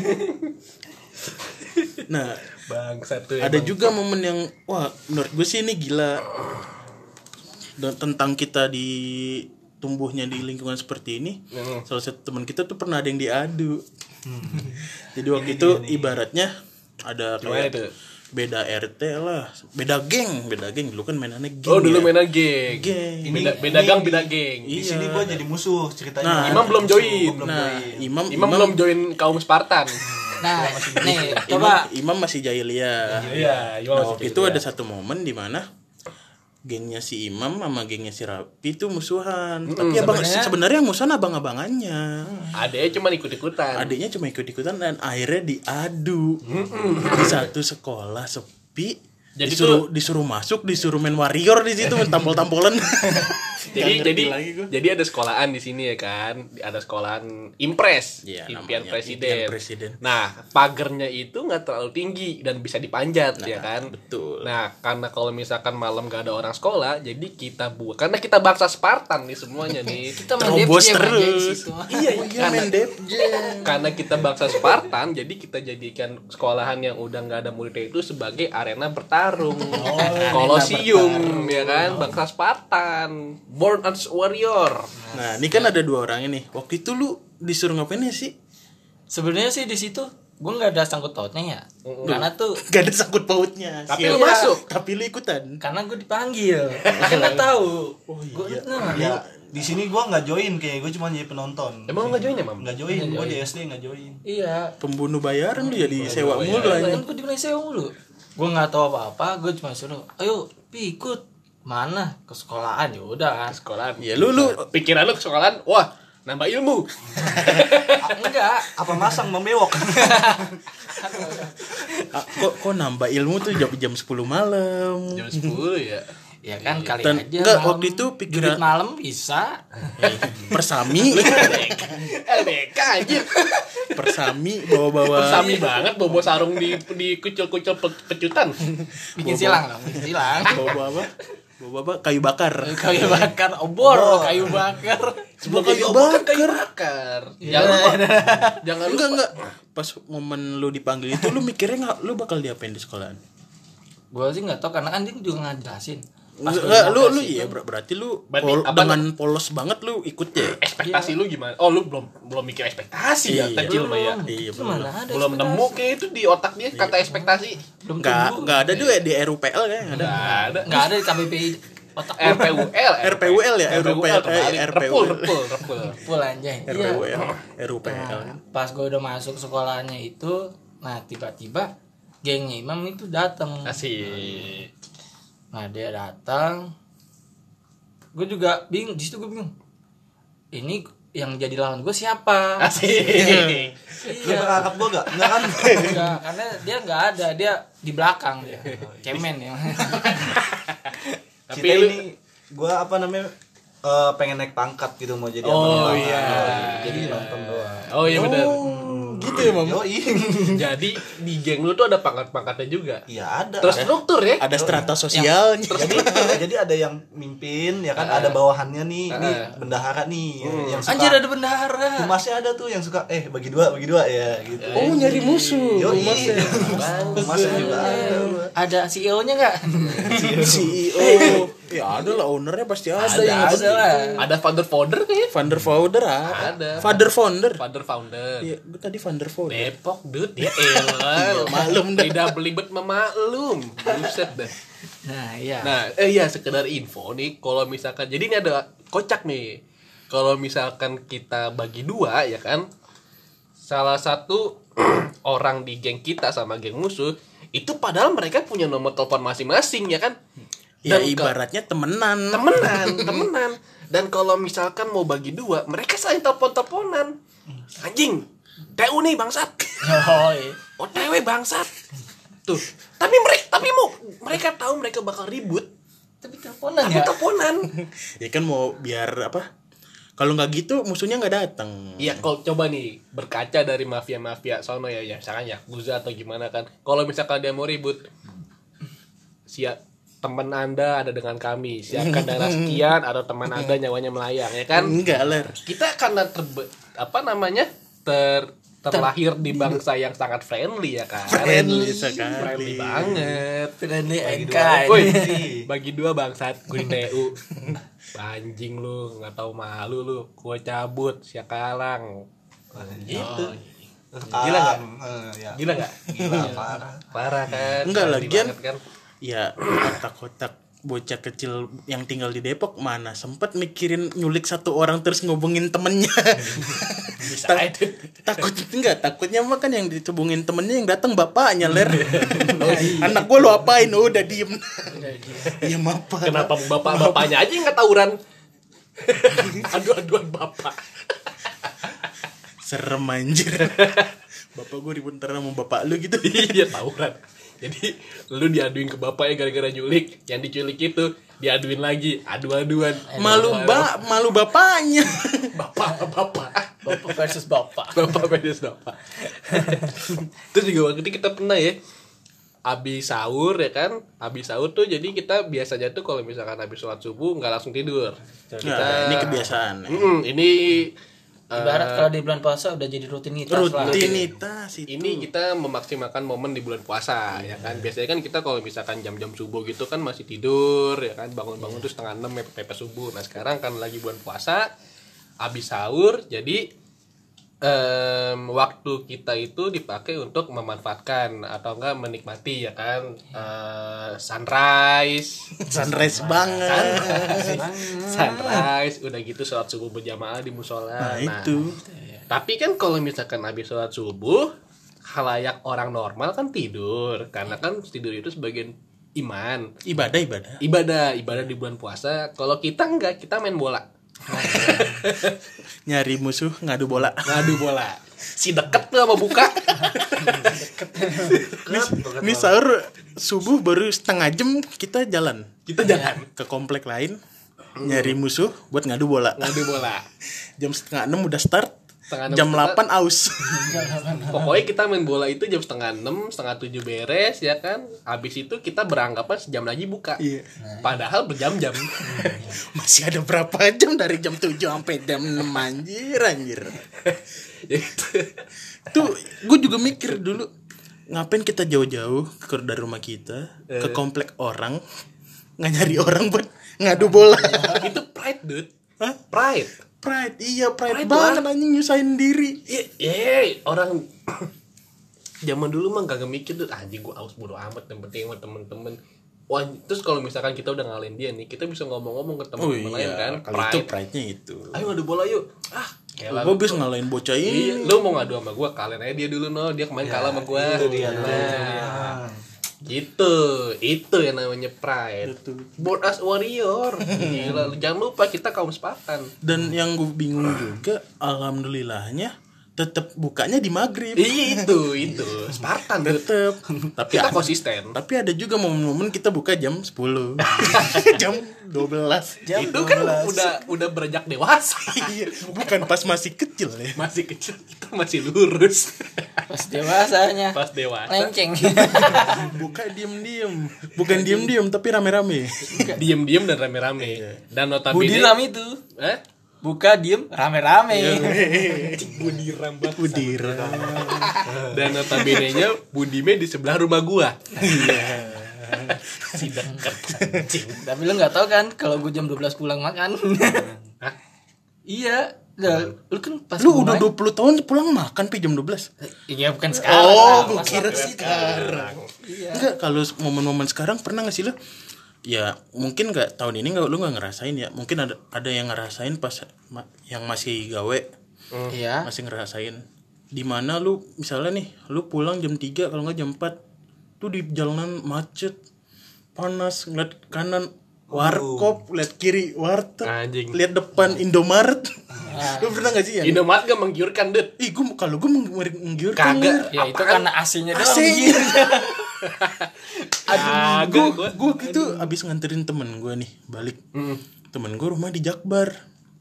[SPEAKER 2] Nah,
[SPEAKER 1] Bangsat tuh.
[SPEAKER 2] ada juga momen yang wah menurut gue sih ini gila. Dan tentang kita di tumbuhnya di lingkungan seperti ini. Salah satu teman kita tuh pernah ada yang diadu. Jadi waktu itu ibaratnya ada
[SPEAKER 1] Gimana
[SPEAKER 2] kayak
[SPEAKER 1] tuh?
[SPEAKER 2] beda RT lah, beda geng dulu kan mainannya geng.
[SPEAKER 1] Oh dulu
[SPEAKER 2] ya.
[SPEAKER 1] mainan geng.
[SPEAKER 2] Geng.
[SPEAKER 1] Beda gang beda geng.
[SPEAKER 4] Di
[SPEAKER 2] Iya.
[SPEAKER 4] sini gua jadi musuh ceritanya.
[SPEAKER 2] Nah,
[SPEAKER 1] Imam belum join.
[SPEAKER 2] Nah, Imam
[SPEAKER 1] belum join kaum Spartan.
[SPEAKER 3] Nah, nih coba
[SPEAKER 2] Imam masih jahiliyah.
[SPEAKER 1] Iya,
[SPEAKER 2] Nah, waktu itu ada satu momen di mana gengnya si Imam sama gengnya si Rapi itu musuhan. Tapi sebenarnya yang musuhan abang-abangannya.
[SPEAKER 1] Adanya cuma ikut-ikutan.
[SPEAKER 2] Adiknya cuma ikut-ikutan dan akhirnya diadu. Di satu sekolah sepi.
[SPEAKER 1] Jadi
[SPEAKER 2] Disuruh masuk, disuruh main warrior di situ, main tampol-tampolan.
[SPEAKER 1] Jadi ada sekolahan di sini ya kan, ada sekolahan Impres,
[SPEAKER 2] Iya,
[SPEAKER 1] impian
[SPEAKER 2] namanya
[SPEAKER 1] presiden.
[SPEAKER 2] Impian Presiden.
[SPEAKER 1] Nah, pagernya itu nggak terlalu tinggi dan bisa dipanjat ya kan.
[SPEAKER 2] betul.
[SPEAKER 1] Nah, karena kalau misalkan malam gak ada orang sekolah, jadi kita buat karena kita bangsa Spartan nih semuanya nih.
[SPEAKER 3] kita main
[SPEAKER 2] Terobos
[SPEAKER 3] DFJ aja di
[SPEAKER 2] terus.
[SPEAKER 3] situ.
[SPEAKER 1] Iya,
[SPEAKER 2] Main Depjeng.
[SPEAKER 1] karena kita bangsa Spartan, jadi kita jadikan sekolahan yang udah nggak ada muridnya itu sebagai arena bertarung, kolosium, ya kan, bangsa Spartan, born as warrior.
[SPEAKER 2] Nah, ini kan ada dua orang ini. Waktu itu lu disuruh ngapain ya sih?
[SPEAKER 3] Sebenarnya sih di situ gue nggak ada sangkut pautnya ya. Karena tuh
[SPEAKER 2] Gak ada sangkut pautnya.
[SPEAKER 1] Tapi
[SPEAKER 2] Sial.
[SPEAKER 1] lu masuk.
[SPEAKER 2] Tapi lu ikutan.
[SPEAKER 3] karena gue dipanggil. Gue nggak tahu. Gua, nah,
[SPEAKER 4] Ya, di sini gua nggak join, kayak gua cuma jadi penonton.
[SPEAKER 1] Emang nggak join ya, Mam?
[SPEAKER 4] Nggak join, gua di SD nggak join.
[SPEAKER 3] iya.
[SPEAKER 2] Pembunuh bayaran lu jadi sewa mulu aja.
[SPEAKER 3] Kan gue dibilang sewa mulu. Gue nggak tahu apa-apa. Gue cuma suruh, ayo pi ikut mana ke sekolahan ya udah.
[SPEAKER 1] Sekolahan.
[SPEAKER 2] Ya lu
[SPEAKER 1] Pikiran lu ke sekolahan, wah, nambah ilmu.
[SPEAKER 3] Enggak.
[SPEAKER 4] Apa masang membewok?
[SPEAKER 2] kok nambah ilmu tuh jam 10 malam.
[SPEAKER 1] Jam 10 ya.
[SPEAKER 3] Ya kan kali
[SPEAKER 2] Dan-
[SPEAKER 3] aja.
[SPEAKER 2] enggak,
[SPEAKER 3] malam.
[SPEAKER 2] waktu itu
[SPEAKER 3] Jurit
[SPEAKER 2] pikiran-
[SPEAKER 3] malam bisa.
[SPEAKER 2] Persami,
[SPEAKER 1] LDK anjir.
[SPEAKER 2] persami bawa-bawa
[SPEAKER 1] Sami banget bobo sarung di kucil-kucil pecutan.
[SPEAKER 3] Bikin silang lah, bikin silang.
[SPEAKER 2] bawa apa? Bawa apa? Kayu bakar.
[SPEAKER 3] Kayu bakar obor, kayu bakar.
[SPEAKER 1] Sebelum
[SPEAKER 2] Kayu
[SPEAKER 1] kayu bakar,
[SPEAKER 2] bakar.
[SPEAKER 1] kayu bakar. Jangan lupa. Jangan lupa.
[SPEAKER 2] Enggak. Pas momen lu dipanggil itu lu mikirnya nggak lu bakal diapain di sekolahan?
[SPEAKER 3] Gue sih nggak tahu karena kan dia juga ngajelasin.
[SPEAKER 2] Enggak, lu iya berarti lu
[SPEAKER 1] Berarti apa
[SPEAKER 2] dengan polos banget lu ikut ya.
[SPEAKER 1] Ekspektasi lu gimana? Oh, lu belum mikir ekspektasi ya,
[SPEAKER 2] Iya.
[SPEAKER 1] kecil mah ya.
[SPEAKER 2] Iya,
[SPEAKER 3] Itu mana ada
[SPEAKER 1] Belum
[SPEAKER 3] ekspektasi.
[SPEAKER 1] nemu kayak itu di otak dia kata ekspektasi.
[SPEAKER 3] Belum
[SPEAKER 2] Enggak ada tuh ya di RUPL kayaknya ada.
[SPEAKER 1] Enggak ada.
[SPEAKER 3] Nggak ada di KBBI otak
[SPEAKER 1] RPUL.
[SPEAKER 2] RPUL ya,
[SPEAKER 1] RPUL kembali.
[SPEAKER 2] RPUL.
[SPEAKER 1] Repul.
[SPEAKER 3] full anjay. Iya.
[SPEAKER 2] RPUL, RUPL.
[SPEAKER 3] Nah, pas gue udah masuk sekolahnya itu, nah tiba-tiba gengnya Imam itu datang.
[SPEAKER 1] Asik.
[SPEAKER 3] Nah dia datang, gue juga bingung. Di situ gue bingung. Ini yang jadi lawan gue siapa?
[SPEAKER 1] Asik.
[SPEAKER 4] Lu berangkat gua gak? Enggak kan?
[SPEAKER 3] Enggak, karena dia nggak ada, dia di belakang dia. Cemen ya.
[SPEAKER 1] Tapi
[SPEAKER 4] Kita
[SPEAKER 1] lu
[SPEAKER 4] ini gua apa namanya? pengen naik pangkat gitu, mau jadi
[SPEAKER 1] Oh,
[SPEAKER 4] abang.
[SPEAKER 1] iya.
[SPEAKER 4] Jadi nonton doang.
[SPEAKER 1] Oh iya benar.
[SPEAKER 2] Gitu ya, Mam.
[SPEAKER 4] Yoi.
[SPEAKER 1] Jadi di geng lu tuh ada pangkat-pangkatnya juga.
[SPEAKER 4] Iya ada.
[SPEAKER 1] Terstruktur ya.
[SPEAKER 2] Ada strata sosialnya.
[SPEAKER 4] Jadi ada yang mimpin ya kan, ada bawahannya nih, bendahara nih yang suka.
[SPEAKER 3] Anjir ada bendahara.
[SPEAKER 4] Humasnya ada tuh yang suka bagi dua ya gitu.
[SPEAKER 2] Oh, nyari musuh.
[SPEAKER 4] Yoi.
[SPEAKER 2] Humasnya.
[SPEAKER 4] Humasnya juga ada.
[SPEAKER 3] Ada CEO-nya enggak?
[SPEAKER 2] CEO. Ya ada lah, ownernya pasti ada yang
[SPEAKER 3] Ada lah.
[SPEAKER 1] Ada founder kayaknya.
[SPEAKER 2] founder
[SPEAKER 1] Ada.
[SPEAKER 2] Father founder.
[SPEAKER 1] Founder.
[SPEAKER 2] Iya, gua tadi founder.
[SPEAKER 1] Depok, dude, ya elah.
[SPEAKER 2] Maklum dah.
[SPEAKER 1] Tidak belibet memaklum. Buset dah.
[SPEAKER 3] Nah, iya.
[SPEAKER 1] Nah, iya sekedar info nih, kalau misalkan jadi ini ada kocak nih. Kalau misalkan kita bagi dua ya kan, salah satu orang di geng kita sama geng musuh itu padahal mereka punya nomor telepon masing-masing ya kan.
[SPEAKER 2] Ya
[SPEAKER 1] Dan
[SPEAKER 2] ibaratnya temenan.
[SPEAKER 1] temenan. Dan kalau misalkan mau bagi dua, mereka saling telepon-teleponan. Anjing, TU nih bangsat.
[SPEAKER 3] Yoi.
[SPEAKER 1] OTW bangsat. Tuh. Tapi mereka tahu mereka bakal ribut.
[SPEAKER 3] Tapi teleponan
[SPEAKER 1] Tapi
[SPEAKER 3] ya.
[SPEAKER 1] teleponan.
[SPEAKER 2] Ya kan mau biar apa? Kalau nggak gitu musuhnya nggak datang.
[SPEAKER 1] Iya, kalau coba nih berkaca dari mafia-mafia sono ya, misalkan Yakuza atau gimana kan. Kalau misalkan dia mau ribut, siap teman Anda ada dengan kami. Siapkan darah sekian atau teman Anda nyawanya melayang ya kan.
[SPEAKER 2] Enggak lah.
[SPEAKER 1] Kita karena terlahir di bangsa yang sangat friendly ya kan.
[SPEAKER 2] Friendly
[SPEAKER 1] Friendly
[SPEAKER 2] sekali.
[SPEAKER 1] banget.
[SPEAKER 3] Friendly and
[SPEAKER 4] dua.
[SPEAKER 3] kind.
[SPEAKER 1] Woi, bagi dua bangsat, gue di TU. Anjing lu, nggak tahu malu lu. Gue cabut, siakalang. Gitu. Gila nggak?
[SPEAKER 4] Ya.
[SPEAKER 1] Gila nggak?
[SPEAKER 4] Gila parah.
[SPEAKER 1] Parah kan?
[SPEAKER 2] Enggak,
[SPEAKER 1] Friendly
[SPEAKER 2] lagian.
[SPEAKER 1] banget kan?
[SPEAKER 2] Ya kotak-kotak bocah kecil yang tinggal di Depok mana sempet mikirin nyulik satu orang terus ngubungin temennya. Takutnya mah kan yang dihubungin temennya yang datang bapaknya ler. Anak gua lu apain? Udah diem. Ya apa?
[SPEAKER 1] Kenapa bapaknya aja yang nggak tawuran? Adu-aduan bapak.
[SPEAKER 2] Serem anjir. Bapak gua ribut ntar sama bapak lu gitu.
[SPEAKER 1] Iya tawuran. Jadi lu diaduin ke bapaknya gara-gara nyulik, yang diculik itu diaduin lagi, adu-aduan.
[SPEAKER 2] Malu bapaknya.
[SPEAKER 1] Bapak.
[SPEAKER 3] Bapak versus bapak.
[SPEAKER 1] Bapak versus bapak. Terus juga waktu itu kita pernah ya, abis sahur ya kan, abis sahur tuh jadi kita biasanya tuh kalau misalkan abis sholat subuh nggak langsung tidur.
[SPEAKER 2] Nah, ini kebiasaan.
[SPEAKER 1] Ini
[SPEAKER 3] Ibarat kalau di bulan puasa udah jadi rutinitas lah.
[SPEAKER 2] Rutinitas itu.
[SPEAKER 1] ini kita memaksimalkan momen di bulan puasa ya kan. Biasanya kan kita kalau misalkan jam-jam subuh gitu kan masih tidur ya kan, bangun-bangun tuh 5:30 mepet subuh. Nah sekarang kan lagi bulan puasa, abis sahur, jadi waktu kita itu dipakai untuk memanfaatkan atau enggak menikmati ya kan, sunrise
[SPEAKER 2] banget.
[SPEAKER 1] sunrise udah gitu sholat subuh berjamaah di musola.
[SPEAKER 2] Nah, itu.
[SPEAKER 1] Tapi kan kalau misalkan habis sholat subuh, khalayak orang normal kan tidur, karena kan tidur itu sebagian iman.
[SPEAKER 2] Ibadah.
[SPEAKER 1] Ibadah di bulan puasa. Kalau kita enggak, kita main bola.
[SPEAKER 2] Nyari musuh ngadu bola.
[SPEAKER 1] Si deket tuh sama buka.
[SPEAKER 2] Ini sahur subuh baru setengah jam kita jalan
[SPEAKER 1] Kita jalan
[SPEAKER 2] ke komplek lain nyari musuh buat ngadu bola. Jam 5:30 udah start. Jam 8 aus.
[SPEAKER 1] Pokoknya kita main bola itu jam 5:30, 6:30 beres ya kan. Habis itu kita beranggapan sejam lagi buka.
[SPEAKER 2] Iya.
[SPEAKER 1] Padahal berjam-jam.
[SPEAKER 2] Masih ada berapa jam dari jam 7 sampai jam 6 anjir. Tuh gue juga mikir dulu, ngapain kita jauh-jauh dari rumah kita ke komplek orang, nggak nyari orang buat ngadu bola.
[SPEAKER 1] Itu pride, dude.
[SPEAKER 2] Hah?
[SPEAKER 1] Pride
[SPEAKER 2] Pride banget anjing, nyusahin diri.
[SPEAKER 1] Orang zaman dulu mah kagak mikir tuh, anjing gua aus bodo amat, yang penting sama temen-temen. Wah, terus kalau misalkan kita udah ngalahin dia nih, kita bisa ngomong-ngomong ke teman-teman lain kan.
[SPEAKER 2] Kalau itu pride-nya itu.
[SPEAKER 1] Ayo ngadu bola yuk.
[SPEAKER 2] Gue bisa ngalahin bocah
[SPEAKER 1] Iya,
[SPEAKER 2] ini.
[SPEAKER 1] lu mau ngadu sama gua, kalian aja dia dulu dia kemarin kalah sama gua.
[SPEAKER 4] Itu dia.
[SPEAKER 1] Gitu, itu yang namanya pride. Born as warrior. Gila, jangan lupa kita kaum Spartan.
[SPEAKER 2] Dan yang gue bingung juga, alhamdulillahnya tetap bukanya di maghrib.
[SPEAKER 1] Iya, itu Spartan tuh.
[SPEAKER 2] Tetep. Tapi
[SPEAKER 1] Kita
[SPEAKER 2] ada,
[SPEAKER 1] konsisten.
[SPEAKER 2] tapi ada juga momen-momen kita buka jam 10. Jam 12.
[SPEAKER 4] Jam
[SPEAKER 1] Itu kan
[SPEAKER 4] 12.
[SPEAKER 1] udah beranjak dewasa.
[SPEAKER 2] Iya, bukan pas masih kecil ya.
[SPEAKER 1] Masih kecil kita masih lurus.
[SPEAKER 3] Pas dewasanya.
[SPEAKER 1] Pas dewasa
[SPEAKER 3] Lenceng.
[SPEAKER 2] Buka diem-diem. Bukan diem-diem tapi rame-rame.
[SPEAKER 1] diem-diem dan rame-rame. Dan notabene
[SPEAKER 3] Budiram itu. Buka diem rame-rame.
[SPEAKER 1] Budiram banget.
[SPEAKER 2] Budiram.
[SPEAKER 1] Dan notabene-nya Budime di sebelah rumah gua. Si deket anjing.
[SPEAKER 3] Tapi lu nggak tahu kan kalau gue jam 12 pulang makan.
[SPEAKER 1] Hah?
[SPEAKER 3] Iya. Lah, lu kan pas
[SPEAKER 2] Lu
[SPEAKER 3] gua
[SPEAKER 2] udah
[SPEAKER 3] main-
[SPEAKER 2] 20 tahun pulang makan pi jam 12.
[SPEAKER 3] Iya bukan sekarang.
[SPEAKER 2] Oh,
[SPEAKER 3] lah,
[SPEAKER 2] gue
[SPEAKER 3] pas
[SPEAKER 2] kira
[SPEAKER 3] waktu itu.
[SPEAKER 2] sekarang.
[SPEAKER 3] Iya.
[SPEAKER 2] Enggak, kalau momen-momen sekarang pernah gak sih lu? Ya mungkin nggak tahun ini lu nggak ngerasain ya. Mungkin ada yang ngerasain pas yang masih gawe
[SPEAKER 3] Iya.
[SPEAKER 2] masih ngerasain. Dimana lu misalnya nih lu pulang jam 3 kalau nggak jam 4 tuh di jalanan macet panas ngeliat kanan warkop lihat kiri warteg
[SPEAKER 1] Anjing.
[SPEAKER 2] lihat depan Indomaret. Lu pernah gak sih ya?
[SPEAKER 1] Indomaret gak menggiurkan, Dut.
[SPEAKER 2] Ih, kalau gue menggiurkan.
[SPEAKER 1] Kagak.
[SPEAKER 3] Ya itu karena AC-nya doang.
[SPEAKER 2] AC-nya.
[SPEAKER 1] Aduh,
[SPEAKER 2] Gue gitu abis nganterin temen gue nih balik. Temen gue rumah di Jakbar.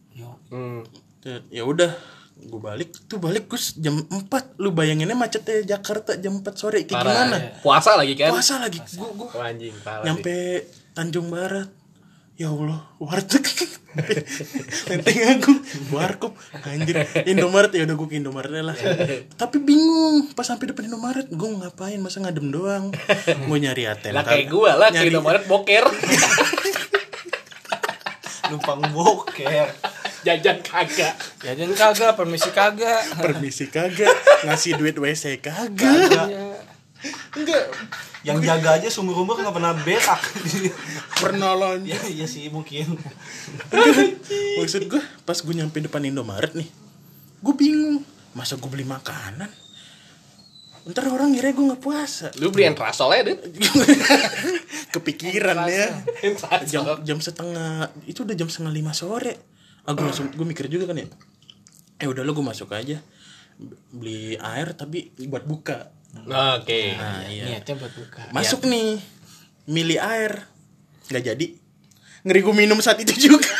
[SPEAKER 2] Ya udah, gue balik gue jam 4. Lu bayanginnya macetnya Jakarta jam 4 sore kayak
[SPEAKER 1] Parah.
[SPEAKER 2] gimana?
[SPEAKER 1] Puasa lagi kan?
[SPEAKER 2] Puasa lagi. Gue
[SPEAKER 1] Oh, anjing, parah.
[SPEAKER 2] nyampe Tanjung Barat. Ya Allah, warteg. Lenteng Agung, warkop, anjir. Indomaret ya udah gue ke Indomaret lah. Tapi bingung pas sampai depan Indomaret, gue ngapain masa ngadem doang. Gue nyari ATM.
[SPEAKER 1] Lah kayak gua lah ke Indomaret boker.
[SPEAKER 4] Numpang boker.
[SPEAKER 1] Jajan kagak.
[SPEAKER 3] Jajan kagak, permisi kagak.
[SPEAKER 2] Permisi kagak, ngasih duit WC kagak.
[SPEAKER 3] Iya.
[SPEAKER 2] Enggak,
[SPEAKER 4] Yang jaga aja seumur umur nggak pernah berak.
[SPEAKER 2] pernah loncat.
[SPEAKER 4] Ya, iya sih mungkin.
[SPEAKER 2] Maksud gue pas gue nyampe depan Indomaret nih, gue bingung, masa gue beli makanan ntar orang ngira gue nggak puasa.
[SPEAKER 1] Lu beliin rasol aja, Dut.
[SPEAKER 2] Kepikiran ya.
[SPEAKER 1] Rasol.
[SPEAKER 2] Jam setengah itu udah jam setengah 5 sore. Aku langsung gue mikir juga kan ya, udah lo gue masuk aja beli air tapi buat buka.
[SPEAKER 1] Oke.
[SPEAKER 2] Nah iya,
[SPEAKER 3] Niatnya buat buka.
[SPEAKER 2] masuk nih milih air nggak jadi, ngeri gue minum saat itu juga.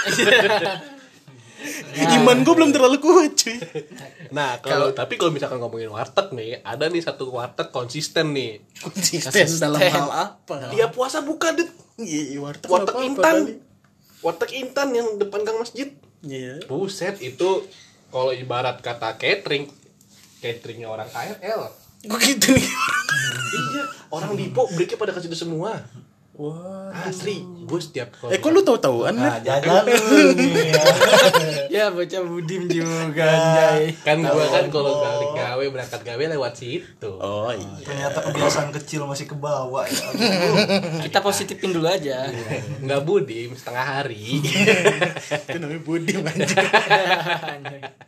[SPEAKER 2] Iman gue belum terlalu kuat cuy.
[SPEAKER 1] Nah, tapi kalau misalkan ngomongin warteg nih, ada nih satu warteg konsisten nih.
[SPEAKER 2] Konsisten dalam hal apa?
[SPEAKER 1] Dia puasa buka, Dut.
[SPEAKER 2] Iya, warteg
[SPEAKER 1] Warteg
[SPEAKER 2] apa-apa
[SPEAKER 1] Intan.
[SPEAKER 2] kali.
[SPEAKER 1] Warteg Intan yang depan gang masjid.
[SPEAKER 2] Iya.
[SPEAKER 1] Buset, itu kalau ibarat kata cateringnya orang KRL.
[SPEAKER 2] Gue gitu nih.
[SPEAKER 1] Iya, orang Dipo breaknya pada ke situ semua.
[SPEAKER 2] Wah.
[SPEAKER 1] Asli, gue setiap
[SPEAKER 2] Kok lu tahu-tahuan
[SPEAKER 4] Nah,
[SPEAKER 2] kan?
[SPEAKER 4] jajan lu nih ya.
[SPEAKER 3] Ya bocah budim juga anjay.
[SPEAKER 1] kan gue kan kalau balik gawe berangkat gawe lewat situ.
[SPEAKER 2] Oh iya.
[SPEAKER 4] Ternyata kebiasaan kecil masih kebawa ya. Aduh.
[SPEAKER 3] Kita positifin dulu aja.
[SPEAKER 1] Nggak budim setengah hari.
[SPEAKER 2] Itu namanya Budi anjir.